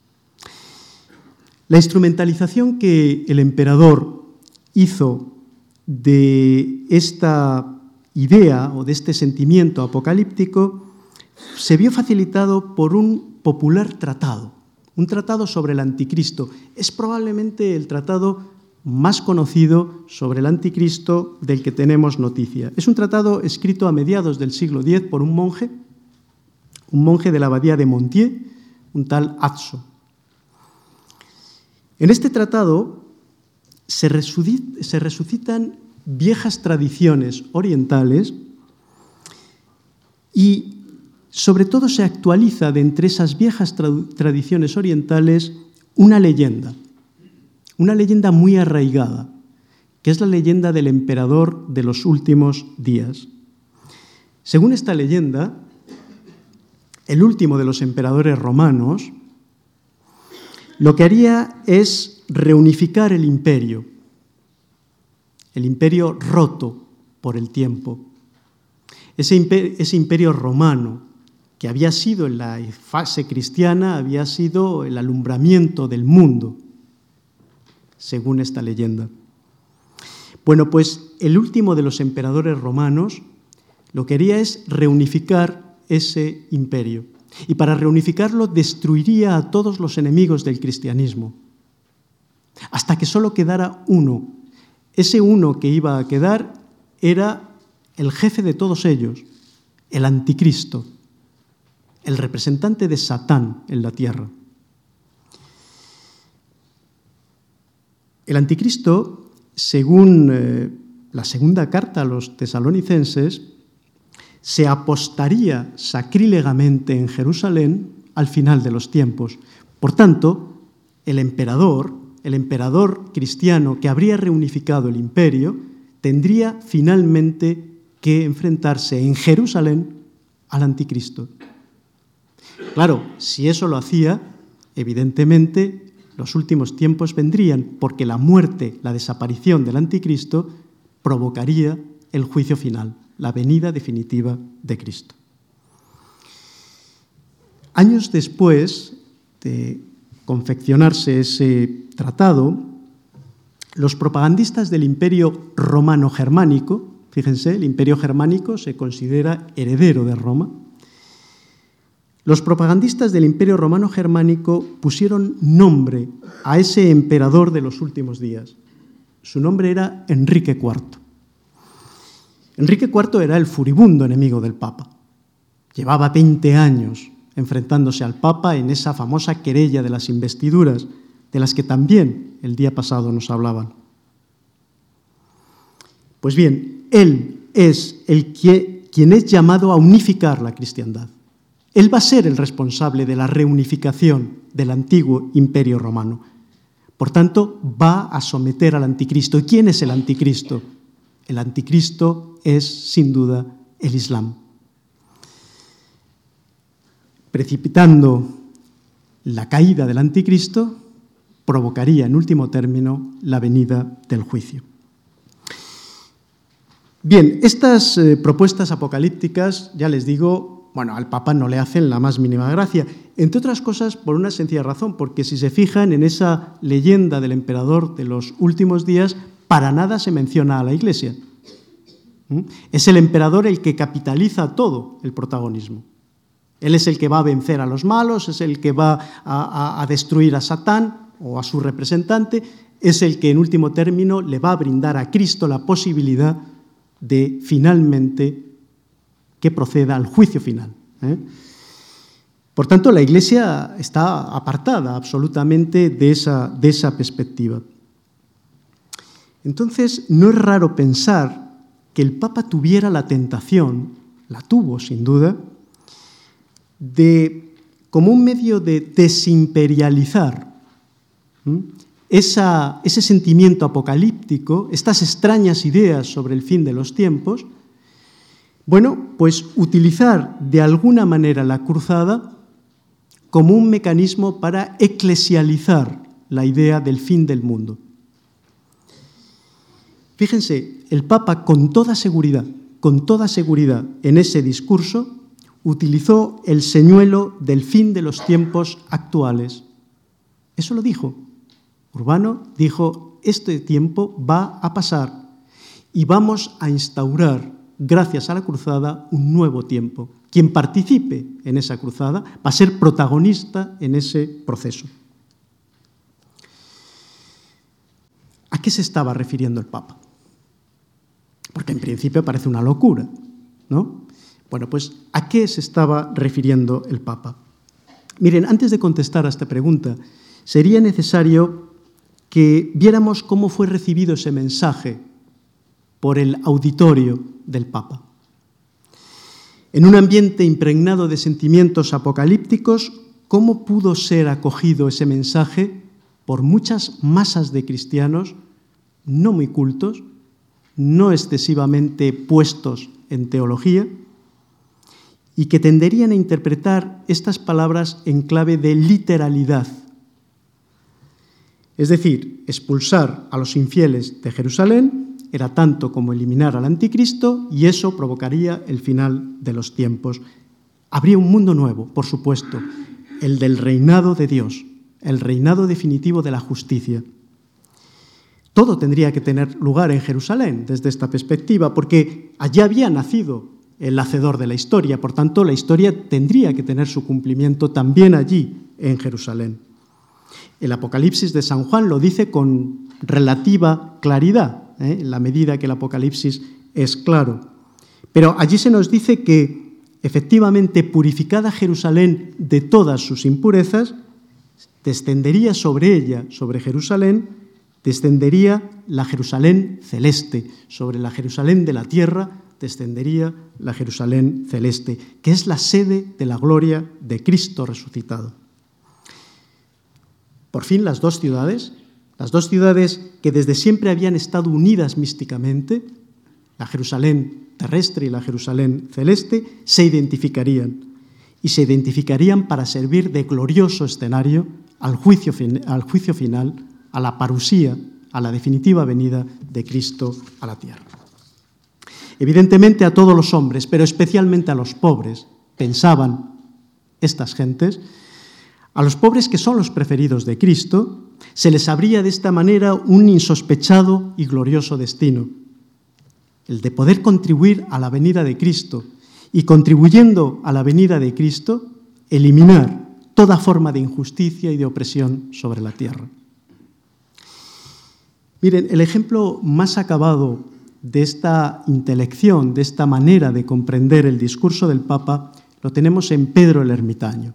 [SPEAKER 2] La instrumentalización que el emperador hizo de esta idea o de este sentimiento apocalíptico se vio facilitado por un popular tratado, un tratado sobre el anticristo. Es probablemente el tratado más conocido sobre el anticristo del que tenemos noticia. Es un tratado escrito a mediados del siglo X por un monje de la abadía de Montier, un tal Azzo. En este tratado se resucitan viejas tradiciones orientales y sobre todo se actualiza de entre esas viejas tradiciones orientales una leyenda muy arraigada, que es la leyenda del emperador de los últimos días. Según esta leyenda, el último de los emperadores romanos lo que haría es reunificar el imperio roto por el tiempo. Ese imperio romano, que había sido en la fase cristiana, había sido el alumbramiento del mundo, según esta leyenda. Bueno, pues el último de los emperadores romanos lo que haría es reunificar ese imperio. Y para reunificarlo destruiría a todos los enemigos del cristianismo, hasta que solo quedara uno. Ese uno que iba a quedar era el jefe de todos ellos, el anticristo, el representante de Satán en la tierra. El anticristo, según la segunda carta a los tesalonicenses, se apostaría sacrílegamente en Jerusalén al final de los tiempos. Por tanto, el emperador cristiano que habría reunificado el imperio tendría finalmente que enfrentarse en Jerusalén al anticristo. Claro, si eso lo hacía, evidentemente los últimos tiempos vendrían, porque la muerte, la desaparición del anticristo provocaría el juicio final, la venida definitiva de Cristo. Años después de confeccionarse ese tratado, los propagandistas del Imperio Romano-Germánico, fíjense, el Imperio Germánico se considera heredero de Roma. Los propagandistas del Imperio Romano-Germánico pusieron nombre a ese emperador de los últimos días. Su nombre era Enrique IV. Enrique IV era el furibundo enemigo del Papa. Llevaba 20 años enfrentándose al Papa en esa famosa querella de las investiduras, de las que también el día pasado nos hablaban. Pues bien, él es quien es llamado a unificar la cristiandad. Él va a ser el responsable de la reunificación del antiguo imperio romano. Por tanto, va a someter al anticristo. ¿Y quién es el anticristo? El anticristo es, sin duda, el Islam. Precipitando la caída del anticristo, provocaría, en último término, la venida del juicio. Bien, estas propuestas apocalípticas, ya les digo, al Papa no le hacen la más mínima gracia, entre otras cosas por una sencilla razón, porque si se fijan en esa leyenda del emperador de los últimos días, para nada se menciona a la Iglesia. Es el emperador el que capitaliza todo el protagonismo. Él es el que va a vencer a los malos, es el que va a destruir a Satán o a su representante, es el que en último término le va a brindar a Cristo la posibilidad de finalmente que proceda al juicio final. Por tanto, la Iglesia está apartada absolutamente de esa perspectiva. Entonces, no es raro pensar que el Papa tuviera la tentación, la tuvo sin duda, como un medio de desimperializar ese sentimiento apocalíptico, estas extrañas ideas sobre el fin de los tiempos, pues utilizar de alguna manera la cruzada como un mecanismo para eclesializar la idea del fin del mundo. Fíjense, el Papa con toda seguridad en ese discurso utilizó el señuelo del fin de los tiempos actuales. Eso lo dijo. Urbano dijo, este tiempo va a pasar y vamos a instaurar, gracias a la cruzada, un nuevo tiempo. Quien participe en esa cruzada va a ser protagonista en ese proceso. ¿A qué qué se estaba refiriendo el Papa? Porque en principio parece una locura, ¿no? Bueno, pues ¿a qué se estaba refiriendo el Papa? Miren, antes de contestar a esta pregunta, sería necesario que viéramos cómo fue recibido ese mensaje por el auditorio del Papa. En un ambiente impregnado de sentimientos apocalípticos, ¿cómo pudo ser acogido ese mensaje por muchas masas de cristianos no muy cultos, no excesivamente puestos en teología, y que tenderían a interpretar estas palabras en clave de literalidad? Es decir, expulsar a los infieles de Jerusalén era tanto como eliminar al anticristo, y eso provocaría el final de los tiempos. Habría un mundo nuevo, por supuesto, el del reinado de Dios, el reinado definitivo de la justicia. Todo tendría que tener lugar en Jerusalén desde esta perspectiva, porque allí había nacido el hacedor de la historia, por tanto la historia tendría que tener su cumplimiento también allí en Jerusalén. El Apocalipsis de San Juan lo dice con relativa claridad, en la medida que el Apocalipsis es claro. Pero allí se nos dice que, efectivamente, purificada Jerusalén de todas sus impurezas, descendería sobre ella, sobre Jerusalén, descendería la Jerusalén celeste. Sobre la Jerusalén de la tierra descendería la Jerusalén celeste, que es la sede de la gloria de Cristo resucitado. Por fin las dos ciudades que desde siempre habían estado unidas místicamente, la Jerusalén terrestre y la Jerusalén celeste, se identificarían para servir de glorioso escenario al juicio final, a la parusía, a la definitiva venida de Cristo a la tierra. Evidentemente a todos los hombres, pero especialmente a los pobres, pensaban estas gentes, a los pobres que son los preferidos de Cristo, se les abría de esta manera un insospechado y glorioso destino, el de poder contribuir a la venida de Cristo y, contribuyendo a la venida de Cristo, eliminar toda forma de injusticia y de opresión sobre la tierra. Miren, el ejemplo más acabado de esta intelección, de esta manera de comprender el discurso del Papa, lo tenemos en Pedro el Ermitaño.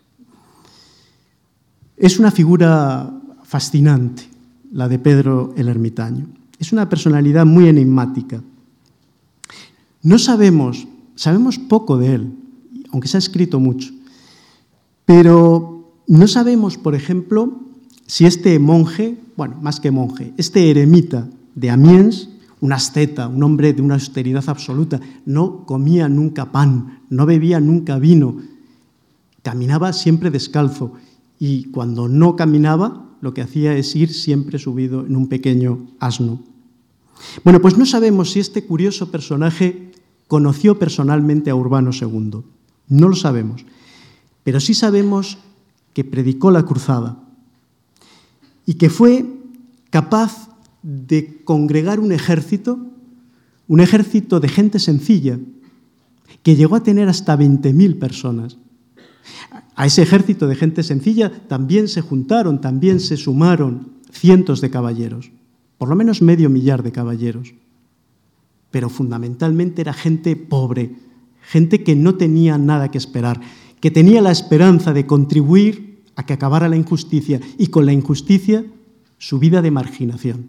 [SPEAKER 2] Es una figura fascinante, la de Pedro el Ermitaño. Es una personalidad muy enigmática. No sabemos poco de él, aunque se ha escrito mucho, pero no sabemos, por ejemplo, si este monje, más que monje, este eremita de Amiens, un asceta, un hombre de una austeridad absoluta, no comía nunca pan, no bebía nunca vino, caminaba siempre descalzo, y cuando no caminaba, lo que hacía es ir siempre subido en un pequeño asno. Bueno, pues no sabemos si este curioso personaje conoció personalmente a Urbano II. No lo sabemos. Pero sí sabemos que predicó la cruzada y que fue capaz de congregar un ejército de gente sencilla, que llegó a tener hasta 20.000 personas. A ese ejército de gente sencilla también se sumaron cientos de caballeros, por lo menos 500 de caballeros. Pero fundamentalmente era gente pobre, gente que no tenía nada que esperar, que tenía la esperanza de contribuir a que acabara la injusticia y con la injusticia su vida de marginación.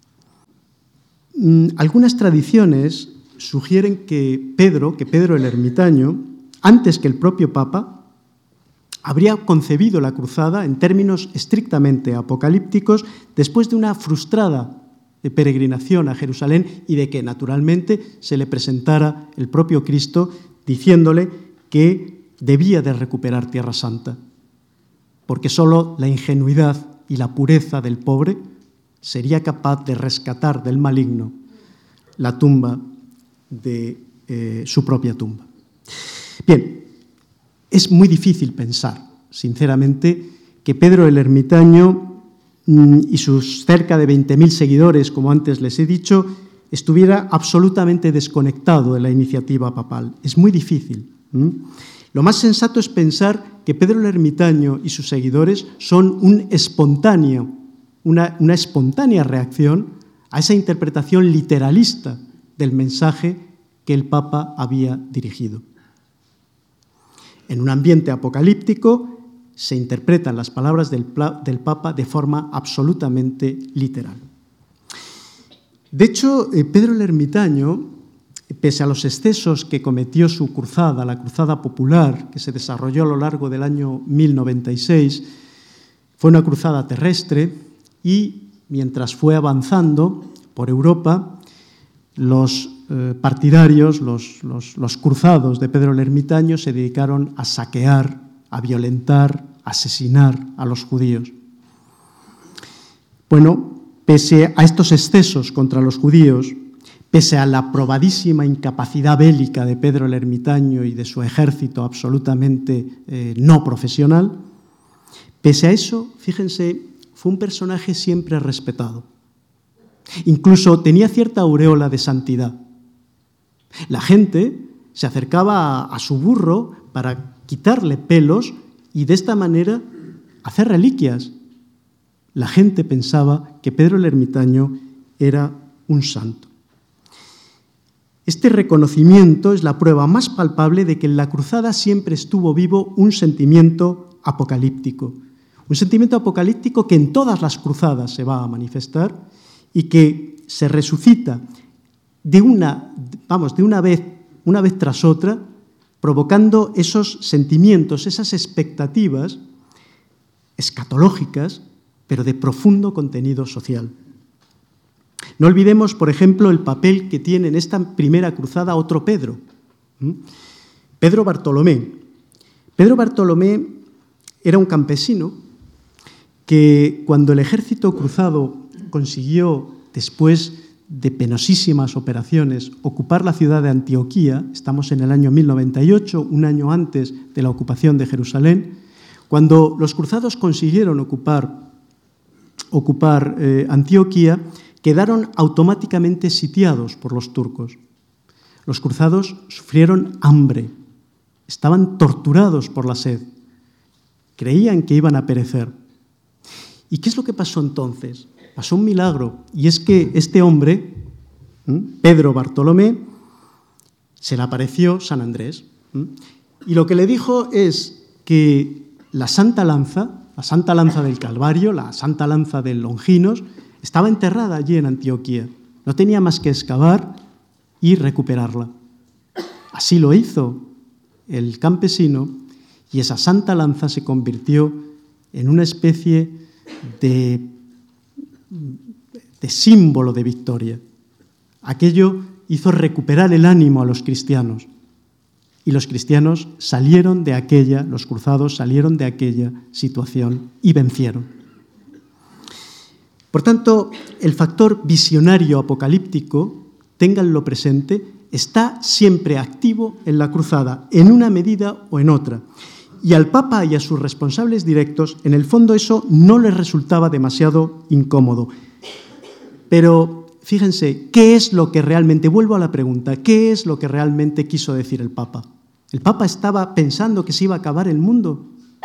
[SPEAKER 2] Algunas tradiciones sugieren que Pedro el Ermitaño, antes que el propio Papa, habría concebido la cruzada en términos estrictamente apocalípticos después de una frustrada peregrinación a Jerusalén y de que, naturalmente, se le presentara el propio Cristo diciéndole que debía de recuperar Tierra Santa, porque solo la ingenuidad y la pureza del pobre sería capaz de rescatar del maligno la tumba de su propia tumba. Bien, es muy difícil pensar, sinceramente, que Pedro el Ermitaño y sus cerca de 20.000 seguidores, como antes les he dicho, estuviera absolutamente desconectado de la iniciativa papal. Es muy difícil. Lo más sensato es pensar que Pedro el Ermitaño y sus seguidores son un espontáneo una espontánea reacción a esa interpretación literalista del mensaje que el Papa había dirigido. En un ambiente apocalíptico se interpretan las palabras del Papa de forma absolutamente literal. De hecho, Pedro el Ermitaño, pese a los excesos que cometió su cruzada, la cruzada popular, que se desarrolló a lo largo del año 1096, fue una cruzada terrestre y, mientras fue avanzando por Europa, los partidarios, los cruzados de Pedro el Ermitaño se dedicaron a saquear, a violentar, a asesinar a los judíos. Bueno, pese a estos excesos contra los judíos, pese a la probadísima incapacidad bélica de Pedro el Ermitaño y de su ejército absolutamente no profesional, pese a eso, fíjense, fue un personaje siempre respetado. Incluso tenía cierta aureola de santidad. La gente se acercaba a su burro para quitarle pelos y de esta manera hacer reliquias. La gente pensaba que Pedro el Ermitaño era un santo. Este reconocimiento es la prueba más palpable de que en la cruzada siempre estuvo vivo un sentimiento apocalíptico. Un sentimiento apocalíptico que en todas las cruzadas se va a manifestar y que se resucita una vez tras otra, provocando esos sentimientos, esas expectativas escatológicas, pero de profundo contenido social. No olvidemos, por ejemplo, el papel que tiene en esta primera cruzada otro Pedro, Pedro Bartolomé. Pedro Bartolomé era un campesino que, cuando el ejército cruzado consiguió, después de penosísimas operaciones, ocupar la ciudad de Antioquía, estamos en el año 1098, un año antes de la ocupación de Jerusalén, cuando los cruzados consiguieron ocupar Antioquía, quedaron automáticamente sitiados por los turcos. Los cruzados sufrieron hambre, estaban torturados por la sed, creían que iban a perecer. ¿Y qué es lo que pasó entonces? Pasó un milagro, y es que este hombre, Pedro Bartolomé, se le apareció San Andrés, y lo que le dijo es que la Santa Lanza del Calvario, la Santa Lanza de Longinos, estaba enterrada allí en Antioquía. No tenía más que excavar y recuperarla. Así lo hizo el campesino, y esa Santa Lanza se convirtió en una especie de símbolo de victoria. Aquello hizo recuperar el ánimo a los cristianos, y los cristianos los cruzados salieron de aquella situación y vencieron. Por tanto, el factor visionario apocalíptico, ténganlo presente, está siempre activo en la cruzada, en una medida o en otra. Y al Papa y a sus responsables directos, en el fondo eso no les resultaba demasiado incómodo. Pero fíjense, ¿qué es lo que realmente, vuelvo a la pregunta, qué es lo que realmente quiso decir el Papa? ¿El Papa estaba pensando que se iba a acabar el mundo?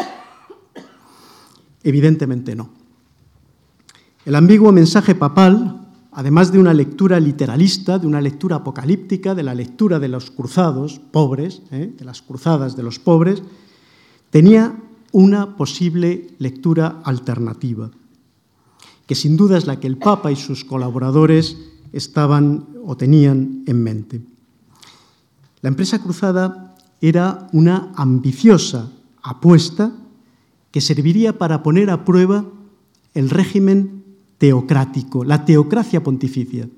[SPEAKER 2] Evidentemente no. El ambiguo mensaje papal, además de una lectura literalista, de una lectura apocalíptica, de la lectura de los cruzados pobres, de las cruzadas de los pobres, tenía una posible lectura alternativa, que sin duda es la que el Papa y sus colaboradores estaban o tenían en mente. La empresa cruzada era una ambiciosa apuesta que serviría para poner a prueba el régimen teocrático, la teocracia pontificia.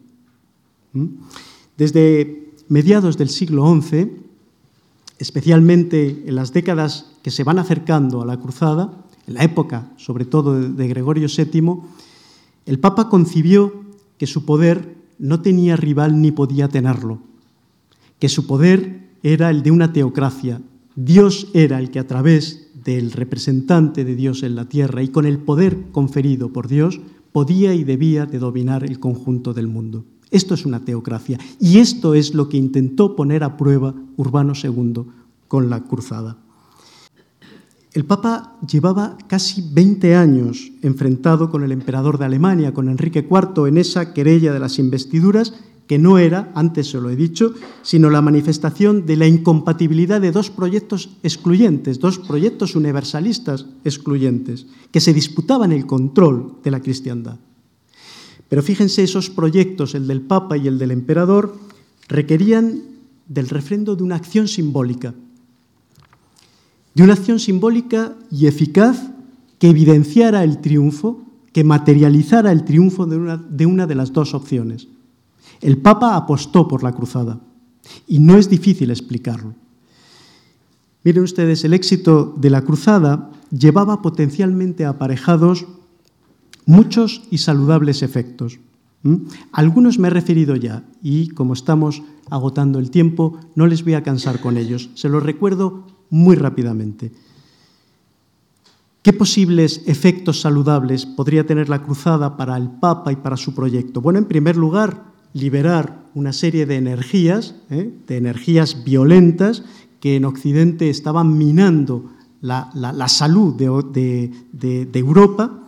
[SPEAKER 2] Desde mediados del siglo XI, especialmente en las décadas que se van acercando a la cruzada, en la época sobre todo de Gregorio VII, el Papa concibió que su poder no tenía rival ni podía tenerlo, que su poder era el de una teocracia. Dios era el que, a través del representante de Dios en la tierra y con el poder conferido por Dios, podía y debía de dominar el conjunto del mundo. Esto es una teocracia, y esto es lo que intentó poner a prueba Urbano II con la cruzada. El Papa llevaba casi 20 años enfrentado con el emperador de Alemania, con Enrique IV, en esa querella de las investiduras, que no era, antes se lo he dicho, sino la manifestación de la incompatibilidad de dos proyectos excluyentes, dos proyectos universalistas excluyentes, que se disputaban el control de la cristiandad. Pero fíjense, esos proyectos, el del Papa y el del emperador, requerían del refrendo de una acción simbólica, y eficaz que evidenciara el triunfo, que materializara el triunfo de una de las dos opciones. El Papa apostó por la cruzada y no es difícil explicarlo. Miren ustedes, el éxito de la cruzada llevaba potencialmente aparejados muchos y saludables efectos. Algunos me he referido ya y, como estamos agotando el tiempo, no les voy a cansar con ellos. Se los recuerdo muy rápidamente. ¿Qué posibles efectos saludables podría tener la cruzada para el Papa y para su proyecto? Bueno, en primer lugar, liberar una serie de energías violentas que en Occidente estaban minando la salud de Europa,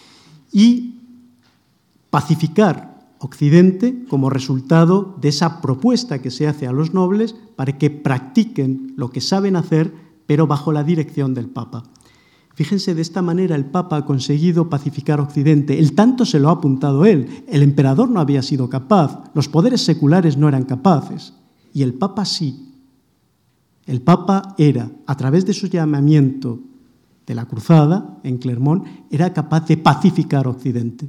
[SPEAKER 2] y pacificar Occidente como resultado de esa propuesta que se hace a los nobles para que practiquen lo que saben hacer, pero bajo la dirección del Papa. Fíjense, de esta manera el Papa ha conseguido pacificar Occidente. El tanto se lo ha apuntado él. El emperador no había sido capaz, los poderes seculares no eran capaces, y el Papa sí. El Papa era, a través de su llamamiento de la cruzada en Clermont, era capaz de pacificar Occidente.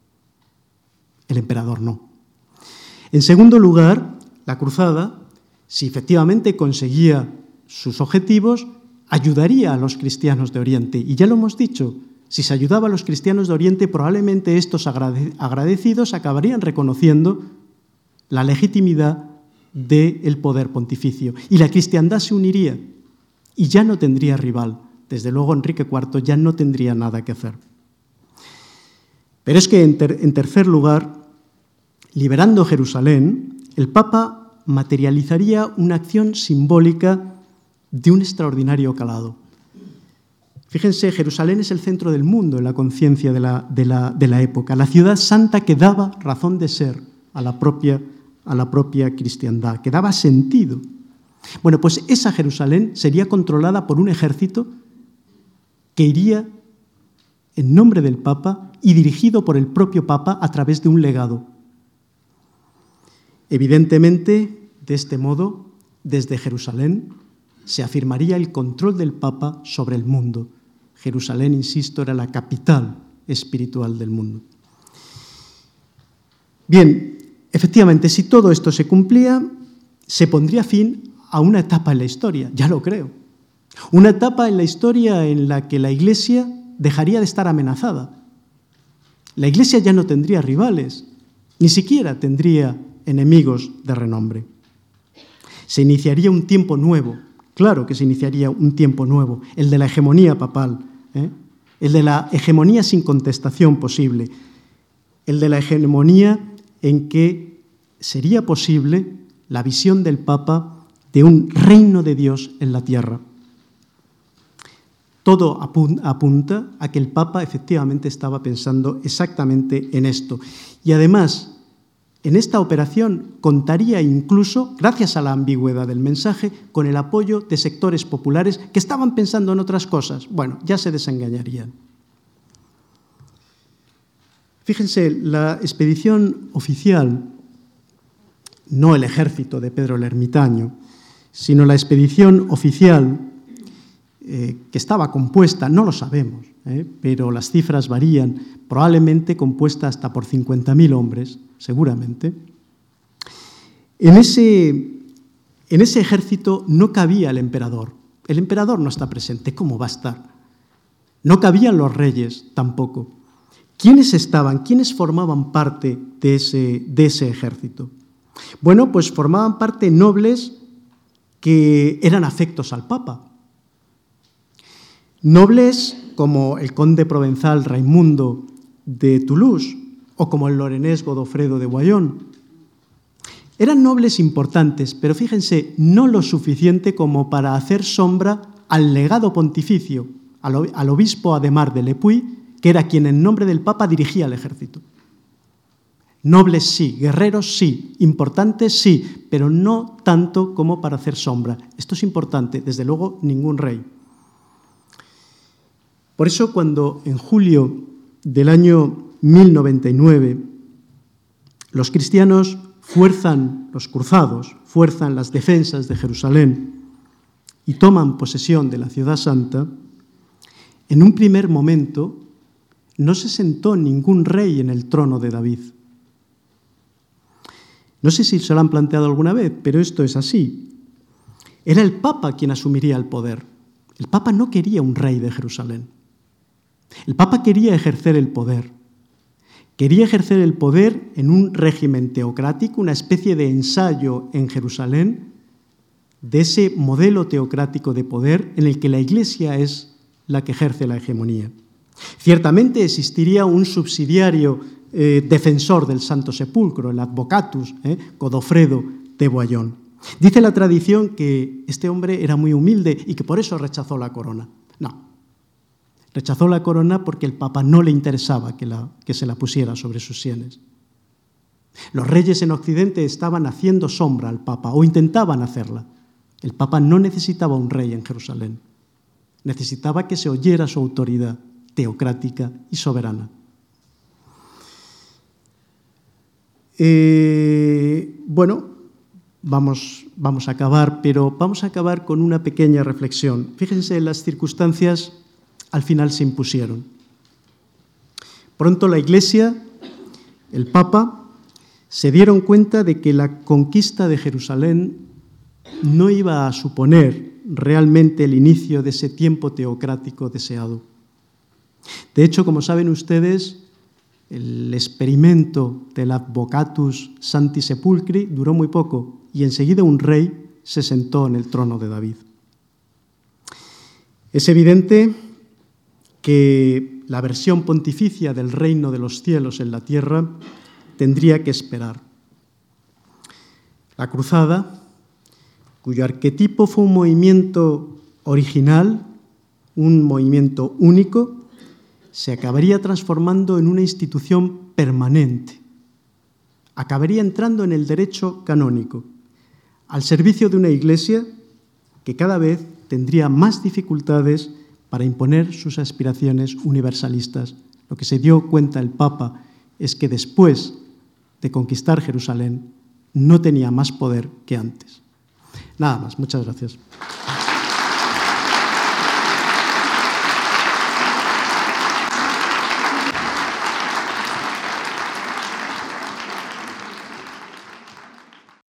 [SPEAKER 2] El emperador no. En segundo lugar, la cruzada, si efectivamente conseguía sus objetivos, ayudaría a los cristianos de Oriente. Y ya lo hemos dicho, si se ayudaba a los cristianos de Oriente, probablemente estos agradecidos acabarían reconociendo la legitimidad del poder pontificio. Y la cristiandad se uniría y ya no tendría rival. Desde luego, Enrique IV ya no tendría nada que hacer. Pero es que, en tercer lugar, liberando Jerusalén, el Papa materializaría una acción simbólica de un extraordinario calado. Fíjense, Jerusalén es el centro del mundo en la conciencia de la época, la ciudad santa que daba razón de ser a la propia cristiandad, que daba sentido. Bueno, pues esa Jerusalén sería controlada por un ejército que iría en nombre del Papa y dirigido por el propio Papa a través de un legado. Evidentemente, de este modo, desde Jerusalén se afirmaría el control del Papa sobre el mundo. Jerusalén, insisto, era la capital espiritual del mundo. Bien, efectivamente, si todo esto se cumplía, se pondría fin a una etapa en la historia, ya lo creo. Una etapa en la historia en la que la Iglesia dejaría de estar amenazada. La Iglesia ya no tendría rivales, ni siquiera tendría enemigos de renombre. Se iniciaría un tiempo nuevo, claro que se iniciaría un tiempo nuevo, el de la hegemonía papal, el de la hegemonía sin contestación posible, el de la hegemonía en que sería posible la visión del Papa de un reino de Dios en la tierra. Todo apunta a que el Papa efectivamente estaba pensando exactamente en esto. Y además, en esta operación contaría incluso, gracias a la ambigüedad del mensaje, con el apoyo de sectores populares que estaban pensando en otras cosas. Bueno, ya se desengañarían. Fíjense, la expedición oficial, no el ejército de Pedro el Ermitaño, sino la expedición oficial que estaba compuesta, no lo sabemos, pero las cifras varían, probablemente compuesta hasta por 50.000 hombres, seguramente. En ese ejército no cabía el emperador. El emperador no está presente, ¿cómo va a estar? No cabían los reyes tampoco. ¿Quiénes estaban? ¿Quiénes formaban parte de ese ejército? Bueno, pues formaban parte nobles que eran afectos al Papa. Nobles como el conde provenzal Raimundo de Toulouse o como el lorenés Godofredo de Wallon. Eran nobles importantes, pero fíjense, no lo suficiente como para hacer sombra al legado pontificio, al obispo Ademar de Lepuy, que era quien en nombre del Papa dirigía el ejército. Nobles sí, guerreros sí, importantes sí, pero no tanto como para hacer sombra. Esto es importante, desde luego ningún rey. Por eso cuando en julio del año 1099 los cristianos los cruzados fuerzan las defensas de Jerusalén y toman posesión de la ciudad santa, en un primer momento no se sentó ningún rey en el trono de David. No sé si se lo han planteado alguna vez, pero esto es así. Era el Papa quien asumiría el poder. El Papa no quería un rey de Jerusalén. El Papa quería ejercer el poder. Quería ejercer el poder en un régimen teocrático, una especie de ensayo en Jerusalén de ese modelo teocrático de poder en el que la Iglesia es la que ejerce la hegemonía. Ciertamente existiría un subsidiario defensor del Santo Sepulcro, el Advocatus, Godofredo de Boillón. Dice la tradición que este hombre era muy humilde y que por eso rechazó la corona. No. Rechazó la corona porque el Papa no le interesaba que se la pusiera sobre sus sienes. Los reyes en Occidente estaban haciendo sombra al Papa o intentaban hacerla. El Papa no necesitaba un rey en Jerusalén. Necesitaba que se oyera su autoridad teocrática y soberana. Bueno, vamos a acabar, pero vamos a acabar con una pequeña reflexión. Fíjense, las circunstancias al final se impusieron. Pronto la Iglesia, el Papa, se dieron cuenta de que la conquista de Jerusalén no iba a suponer realmente el inicio de ese tiempo teocrático deseado. De hecho, como saben ustedes, el experimento del Advocatus Sancti Sepulcri duró muy poco y enseguida un rey se sentó en el trono de David. Es evidente que la versión pontificia del reino de los cielos en la tierra tendría que esperar. La cruzada, cuyo arquetipo fue un movimiento original, un movimiento único, se acabaría transformando en una institución permanente. Acabaría entrando en el derecho canónico, al servicio de una Iglesia que cada vez tendría más dificultades para imponer sus aspiraciones universalistas. Lo que se dio cuenta el Papa es que después de conquistar Jerusalén no tenía más poder que antes. Nada más, muchas gracias.